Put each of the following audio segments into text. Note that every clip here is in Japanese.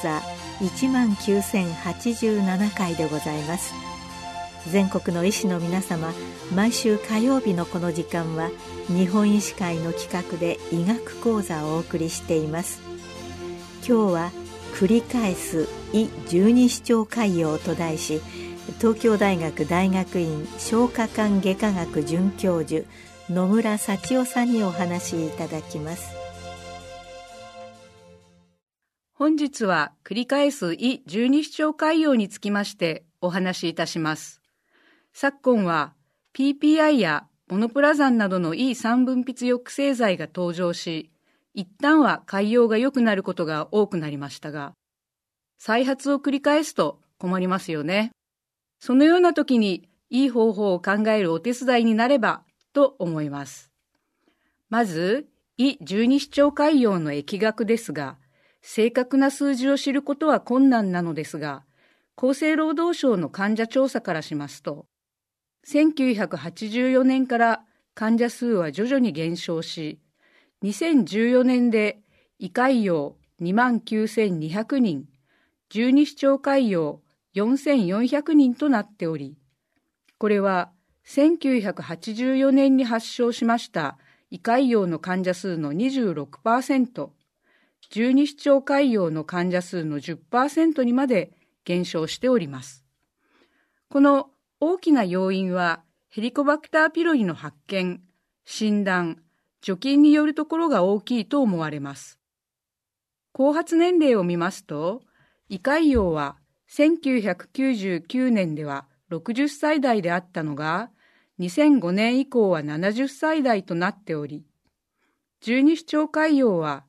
座19,087回でございます。全国の医師の皆様、毎週火曜日のこの時間は日本医師会の企画で医学講座をお送りしています。今日は繰り返す胃十二指腸潰瘍と題し、東京大学大学院消化管外科学准教授野村幸男さんにお話しいただきます。 本日は繰り返す胃十二指腸潰瘍につきましてお話しいたします。昨今は PPI やモノプラザンなどの E3 分泌抑制剤が登場し、一旦は潰瘍が良くなることが多くなりましたが、再発を繰り返すと困りますよね。そのような時にいい方法を考えるお手伝いになればと思います。まず、胃十二指腸潰瘍の疫学ですが、正確な数字を知ることは困難なのですが、厚生労働省の患者調査からしますと、1984年から患者数は徐々に減少し、2014年で胃潰瘍29,200人、十二指腸潰瘍4,400人となっており、これは1984年に発症しました胃潰瘍の患者数の 26%、十二指腸潰瘍の患者数の 10% にまで減少しております。この大きな要因はヘリコバクターピロリの発見、診断、除菌によるところが大きいと思われます。後発年齢を見ますと、胃潰瘍は1999年では60歳代であったのが、2005年以降は70歳代となっており、十二指腸潰瘍は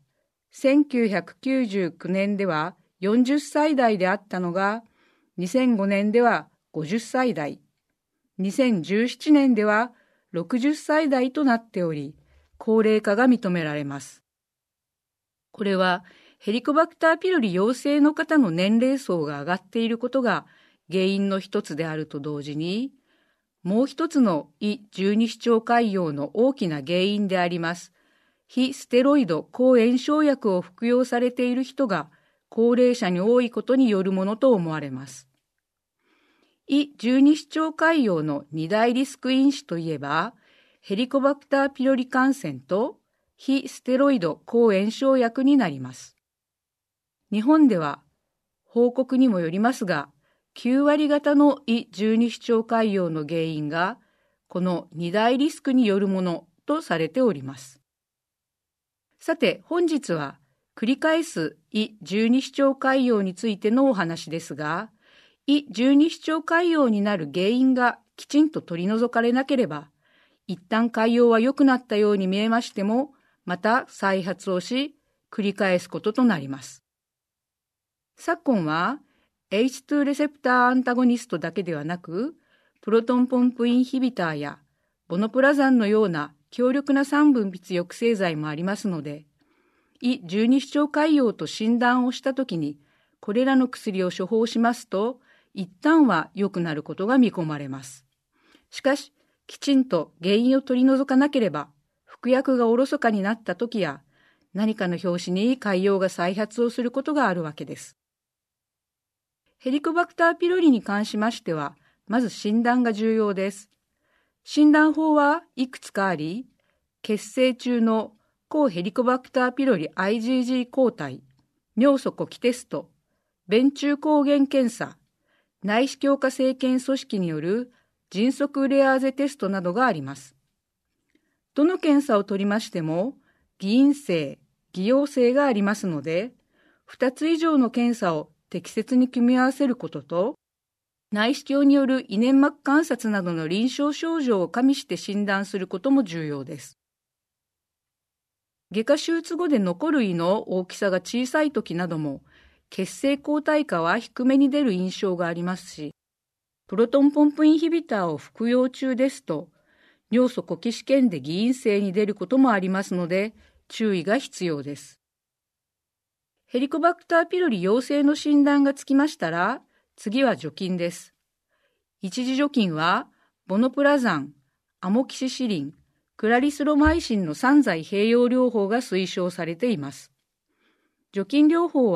1999年では40歳代であったのが、2005年では50歳代、2017年では60歳代となっており、高齢化が認められます。これはヘリコバクターピロリ陽性の方の年齢層が上がっていることが原因の一つであると同時に、もう一つの胃十二指腸潰瘍の大きな原因であります非ステロイド抗炎症薬を服用されている人が高齢者に多いことによるものと思われます。胃十二指腸潰瘍の二大リスク因子といえば、ヘリコバクターピロリ感染と非ステロイド抗炎症薬になります。日本では報告にもよりますが、9割方の胃十二指腸潰瘍の原因がこの二大リスクによるものとされております。さて本日は繰り返す胃十二指腸潰瘍についてのお話ですが、胃十二指腸潰瘍になる原因がきちんと取り除かれなければ、一旦潰瘍は良くなったように見えましても、また再発をし、繰り返すこととなります。昨今は H2 レセプターアンタゴニストだけではなく、プロトンポンプインヒビターやボノプラザンのような強力な3分泌抑制剤もありますので、胃十二指腸潰瘍と診断をしたときに、これらの薬を処方しますと、一旦は良くなることが見込まれます。しかし、きちんと原因を取り除かなければ、服薬がおろそかになったときや、何かの拍子に潰瘍が再発をすることがあるわけです。ヘリコバクターピロリに関しましては、まず診断が重要です。診断法はいくつかあり、血清中の抗ヘリコバクターピロリ IgG 抗体、尿素呼気テスト、便中抗原検査、内視鏡下生検組織による迅速ウレアーゼテストなどがあります。どの検査を取りましても、偽陰性、偽陽性がありますので、2つ以上の検査を適切に組み合わせることと、内視鏡による胃粘膜観察などの臨床症状を加味して診断することも重要です。外科手術後で残る胃の大きさが小さい時なども、血清抗体価は低めに出る印象がありますし、プロトンポンプインヒビターを服用中ですと、尿素呼気試験で偽陰性に出ることもありますので、注意が必要です。ヘリコバクターピロリ陽性の診断がつきましたら、次は除菌です。一次除菌は、ボノプラザン、アモキシシリン、クラリスロマイシンの3剤併用療法が推奨されています。除菌療法は、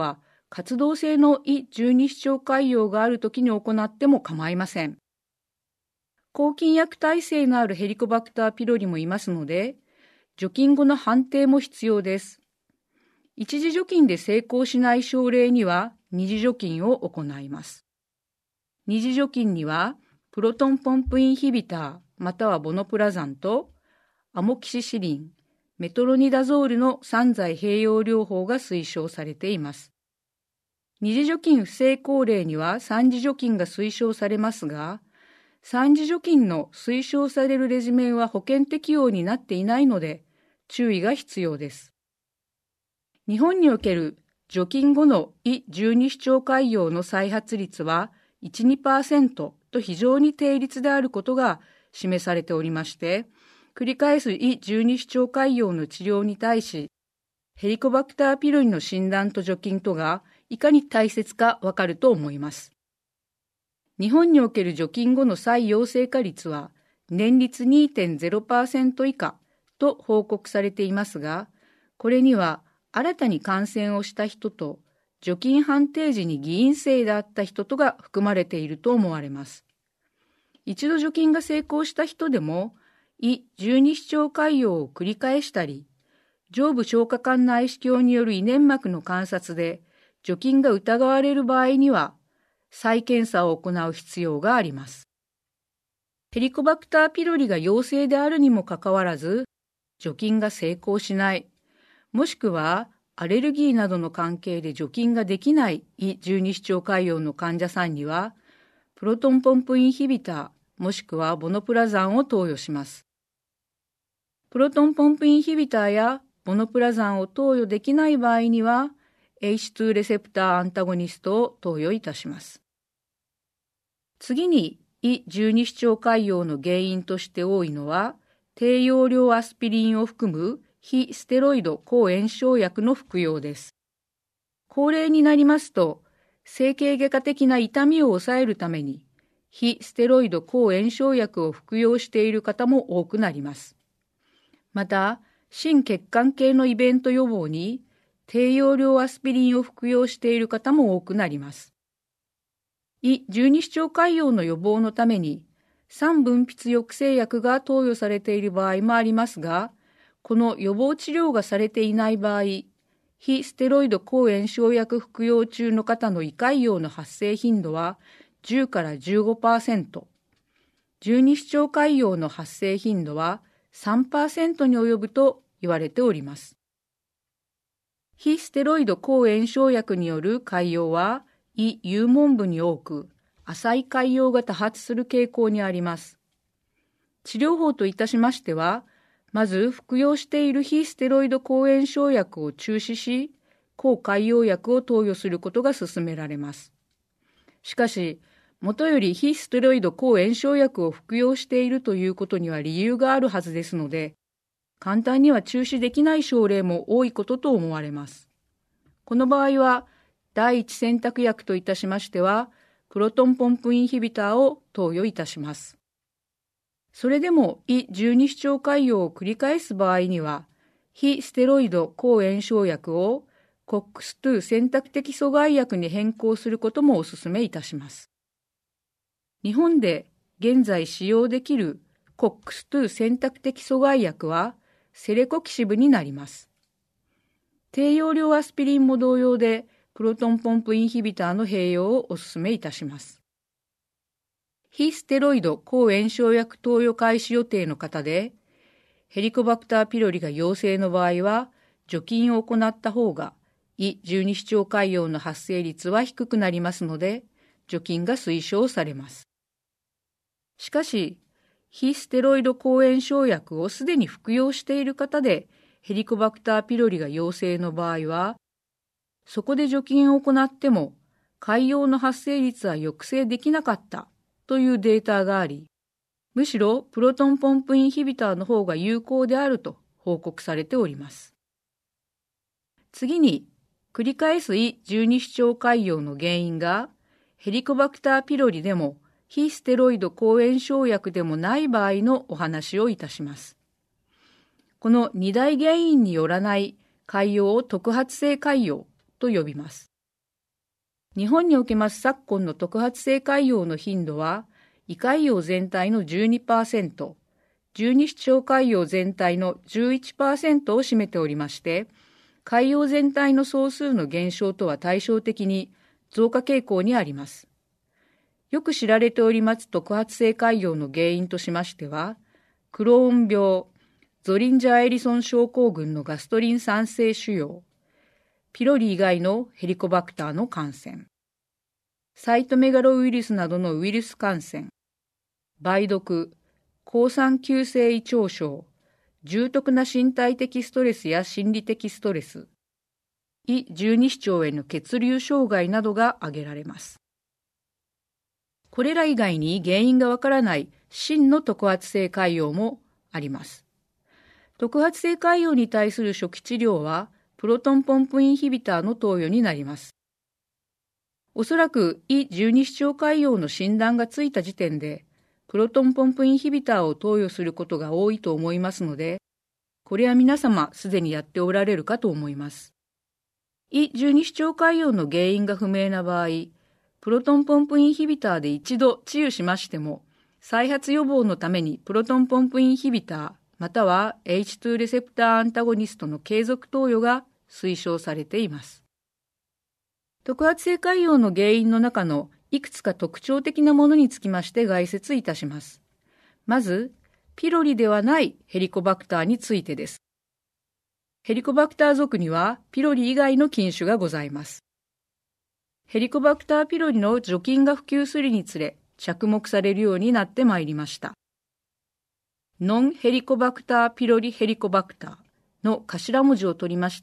活動性の胃十二指腸潰瘍があるときに行っても構いません。抗菌薬耐性のあるヘリコバクターピロリもいますので、除菌後の判定も必要です。一次除菌で成功しない症例には二次除菌を行います。二次除菌にはプロトンポンプインヒビターまたはボノプラザンとアモキシシリン、メトロニダゾールの3剤併用療法が推奨されています。二次除菌不成功例には三次除菌が推奨されますが、三次除菌の推奨されるレジメンは保険適用になっていないので注意が必要です。日本における除菌後の胃十二指腸潰瘍の再発率は 1-2% と非常に低率であることが示されておりまして、繰り返す胃十二指腸潰瘍の治療に対し、ヘリコバクターピロリの診断と除菌とがいかに大切かわかると思います。日本における除菌後の再陽性化率は年率 2.0% 以下と報告されていますが、これには新たに感染をした人と除菌判定時に偽陰性であった人とが含まれていると思われます。一度除菌が成功した人でも胃十二指腸潰瘍を繰り返したり、上部消化管内視鏡による胃粘膜の観察で除菌が疑われる場合には再検査を行う必要があります。ヘリコバクターピロリが陽性であるにもかかわらず除菌が成功しない、もしくはアレルギーなどの関係で除菌ができない胃十二指腸潰瘍の患者さんにはプロトンポンプインヒビターもしくはボノプラザンを投与します。プロトンポンプインヒビターやボノプラザンを投与できない場合には H2 レセプターアンタゴニストを投与いたします。次に胃十二指腸潰瘍の原因として多いのは低用量アスピリンを含む非ステロイド抗炎症薬の服用です。高齢になりますと整形外科的な痛みを抑えるために非ステロイド抗炎症薬を服用している方も多くなります。また心血管系のイベント予防に低用量アスピリンを服用している方も多くなります。胃十二指腸潰瘍の予防のために酸分泌抑制薬が投与されている場合もありますが、この予防治療がされていない場合、非ステロイド抗炎症薬服用中の方の胃潰瘍の発生頻度は10から 15%、十二指腸潰瘍の発生頻度は 3% に及ぶと言われております。非ステロイド抗炎症薬による潰瘍は胃幽門部に多く、浅い潰瘍が多発する傾向にあります。治療法といたしましては、まず服用している非ステロイド抗炎症薬を中止し、抗潰瘍薬を投与することが勧められます。しかし、もとより非ステロイド抗炎症薬を服用しているということには理由があるはずですので、簡単には中止できない症例も多いことと思われます。この場合は、第一選択薬といたしましては、プロトンポンプインヒビターを投与いたします。それでも胃十二指腸潰瘍を繰り返す場合には、非ステロイド抗炎症薬を COX-2 選択的阻害薬に変更することもお勧めいたします。日本で現在使用できる COX-2 選択的阻害薬はセレコキシブになります。低用量アスピリンも同様で、プロトンポンプインヒビターの併用をお勧めいたします。非ステロイド抗炎症薬投与開始予定の方で、ヘリコバクターピロリが陽性の場合は、除菌を行った方が、胃十二指腸潰瘍の発生率は低くなりますので、除菌が推奨されます。しかし、非ステロイド抗炎症薬をすでに服用している方で、ヘリコバクターピロリが陽性の場合は、そこで除菌を行っても、潰瘍の発生率は抑制できなかったというデータがあり、むしろプロトンポンプインヒビターの方が有効であると報告されております。次に、繰り返す胃十二指腸潰瘍の原因が、ヘリコバクターピロリでも、非ステロイド抗炎症薬でもない場合のお話をいたします。この二大原因によらない潰瘍を特発性潰瘍と呼びます。 日本におけます昨今の特発性潰瘍の頻度は、胃潰瘍全体の 12%、十二指腸潰瘍全体の 11% を占めておりまして、潰瘍全体の総数の減少とは対照的に増加傾向にあります。よく知られております特発性潰瘍の原因としましては、クローン病、ゾリンジャー・エリソン症候群のガストリン酸性腫瘍、ピロリ以外のヘリコバクターの感染、サイトメガロウイルスなどのウイルス感染、梅毒、好酸球性胃腸症、重篤な身体的ストレスや心理的ストレス、胃十二指腸への血流障害などが挙げられます。これら以外に原因がわからない真の特発性潰瘍もあります。特発性潰瘍に対する初期治療は、プロトンポンプインヒビターの投与になります。おそらく胃十二指腸潰瘍の診断がついた時点で、プロトンポンプインヒビターを投与することが多いと思いますので、これは皆様すでにやっておられるかと思います。胃十二指腸潰瘍の原因が不明な場合、プロトンポンプインヒビターで一度治癒しましても、再発予防のためにプロトンポンプインヒビター、または H2 レセプターアンタゴニストの継続投与が推奨されています。特発性潰瘍の原因の中のいくつか特徴的なものにつきまして概説いたします。まず、ピロリではないヘリコバクターについてです。ヘリコバクター属にはピロリ以外の菌種がございます。ヘリコバクターピロリの除菌が普及するにつれ、着目されるようになってまいりました。ノンヘリコバクターピロリヘリコバクターの頭文字を取りまして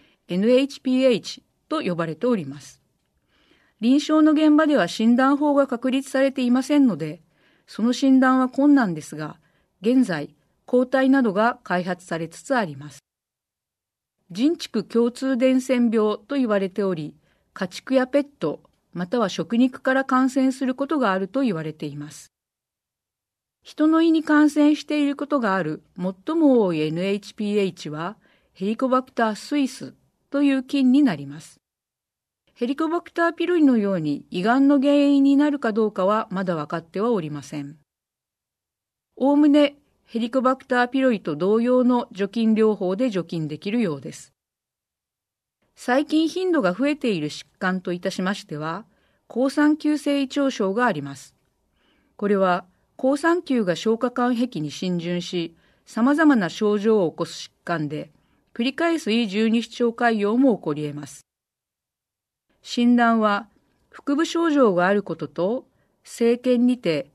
、NHPH と呼ばれております。臨床の現場では診断法が確立されていませんので、その診断は困難ですが、現在、抗体などが開発されつつあります。人畜共通伝染病と言われており、家畜やペット、または食肉から感染することがあると言われています。人の胃に感染していることがある最も多い NHPH は、ヘリコバクタースイスという菌になります。ヘリコバクターピロリのように胃がんの原因になるかどうかはまだ分かってはおりません。おおむねヘリコバクターピロリと同様の除菌療法で除菌できるようです。最近頻度が増えている疾患といたしましては、好酸球性胃腸症があります。これは好酸球が消化管壁に浸潤し、様々な症状を起こす疾患で、繰り返す胃十二指腸潰瘍も起こり得ます。診断は、腹部症状があることと、生検にて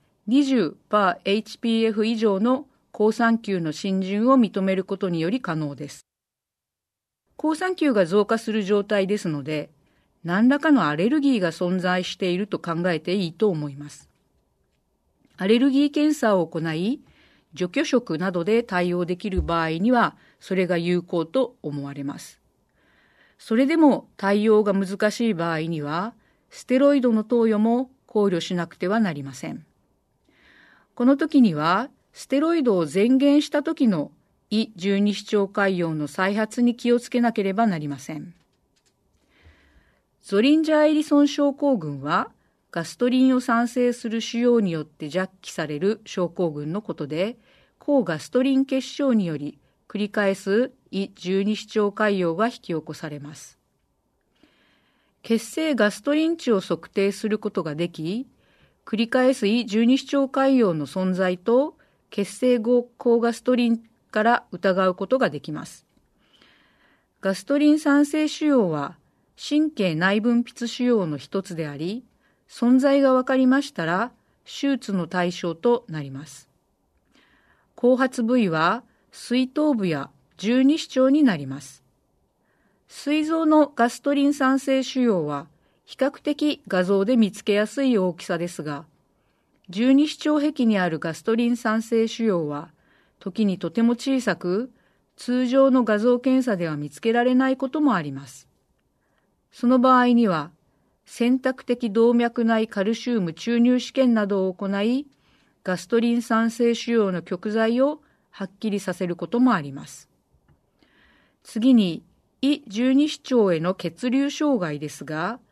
20/HPF 以上の好酸球の浸潤を認めることにより可能です。好酸球が増加する状態ですので、何らかのアレルギーが存在していると考えていいと思います。アレルギー検査を行い、除去食などで対応できる場合には、それが有効と思われます。それでも対応が難しい場合には、ステロイドの投与も考慮しなくてはなりません。この時には、ステロイドを前減した時の胃十二指腸潰瘍の再発に気をつけなければなりません。ゾリンジャー・エリソン症候群は、ガストリンを産生する腫瘍によって弱気される症候群のことで、抗ガストリン結晶により繰り返す胃十二指腸潰瘍が引き起こされます。血清ガストリン値を測定することができ、繰り返す胃十二指腸潰瘍の存在と血清抗ガストリンから疑うことができます。ガストリン産生腫瘍は神経内分泌腫瘍の一つであり、存在が分かりましたら手術の対象となります。後発部位は膵頭部や十二指腸になります。膵臓のガストリン産生腫瘍は比較的画像で見つけやすい大きさですが、十二指腸壁にあるガストリン産生腫瘍は時にとても小さく、通常の画像検査では見つけられないこともあります。その場合には、選択的動脈内カルシウム注入試験などを行い、ガストリン産生腫瘍の極材をはっきりさせることもあります。次に、胃十二指腸への血流障害ですが、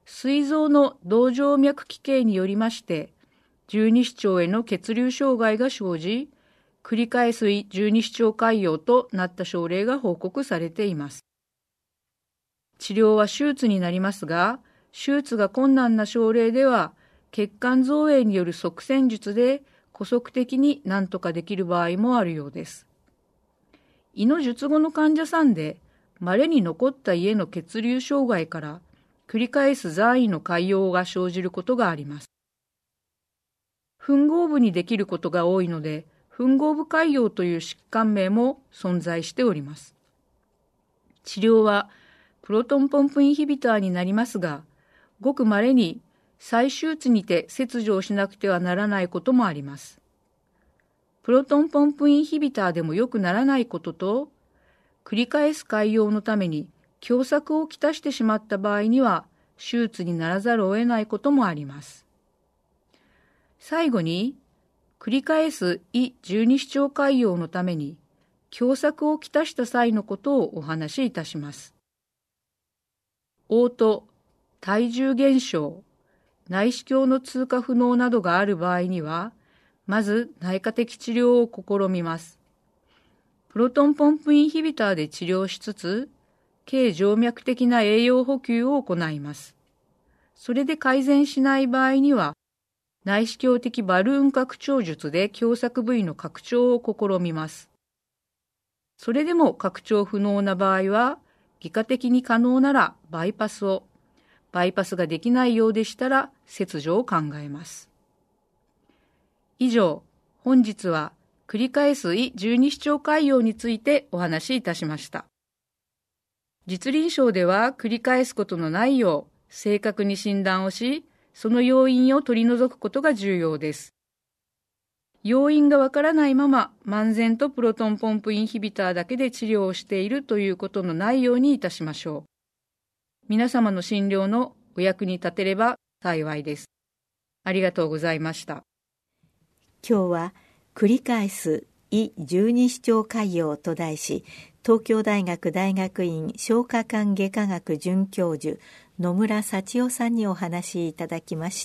膵臓の動静脈奇形によりまして、十二指腸への血流障害が生じ、繰り返す胃十二指腸潰瘍となった症例が報告されています。治療は手術になりますが、手術が困難な症例では、血管造影による塞栓術で姑息的に何とかできる場合もあるようです。胃の術後の患者さんで、稀に残った胃への血流障害から繰り返す残胃の潰瘍が生じることがあります。吻合部にできることが多いので、吻合部潰瘍という疾患名も存在しております。治療はプロトンポンプインヒビターになりますが、ごく稀に再手術にて切除をしなくてはならないこともあります。プロトンポンプインヒビターでも良くならないことと、繰り返す潰瘍のために狭窄をきたしてしまった場合には、手術にならざるを得ないこともあります。最後に、繰り返す胃十二指腸潰瘍のために、狭窄をきたした際のことをお話しいたします。嘔吐、体重減少、内視鏡の通過不能などがある場合には、まず内科的治療を試みます。プロトンポンプインヒビターで治療しつつ、経静脈的な栄養補給を行います。それで改善しない場合には、内視鏡的バルーン拡張術で狭窄部位の拡張を試みます。それでも拡張不能な場合は、外科的に可能ならバイパスを、バイパスができないようでしたら切除を考えます。以上、本日は繰り返す胃十二指腸潰瘍についてお話しいたしました。実臨床では繰り返すことのないよう正確に診断をし、その要因を取り除くことが重要です。要因がわからないまま漫然とプロトンポンプインヒビターだけで治療をしているということのないようにいたしましょう。皆様の診療のお役に立てれば幸いです。ありがとうございました。 今日は繰り返す胃十二指腸潰瘍と題し、東京大学大学院消化管外科学准教授野村幸男さんにお話しいただきました。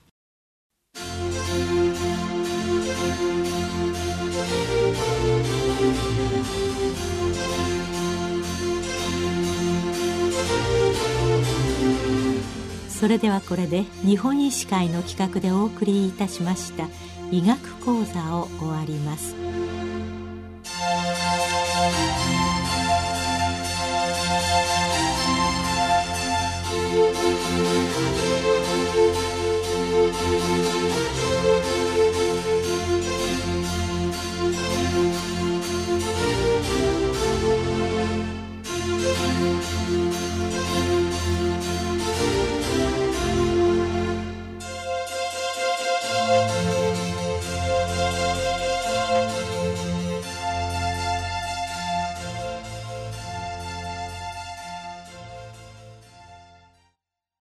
それではこれで日本医師会の企画でお送りいたしました医学講座を終わります。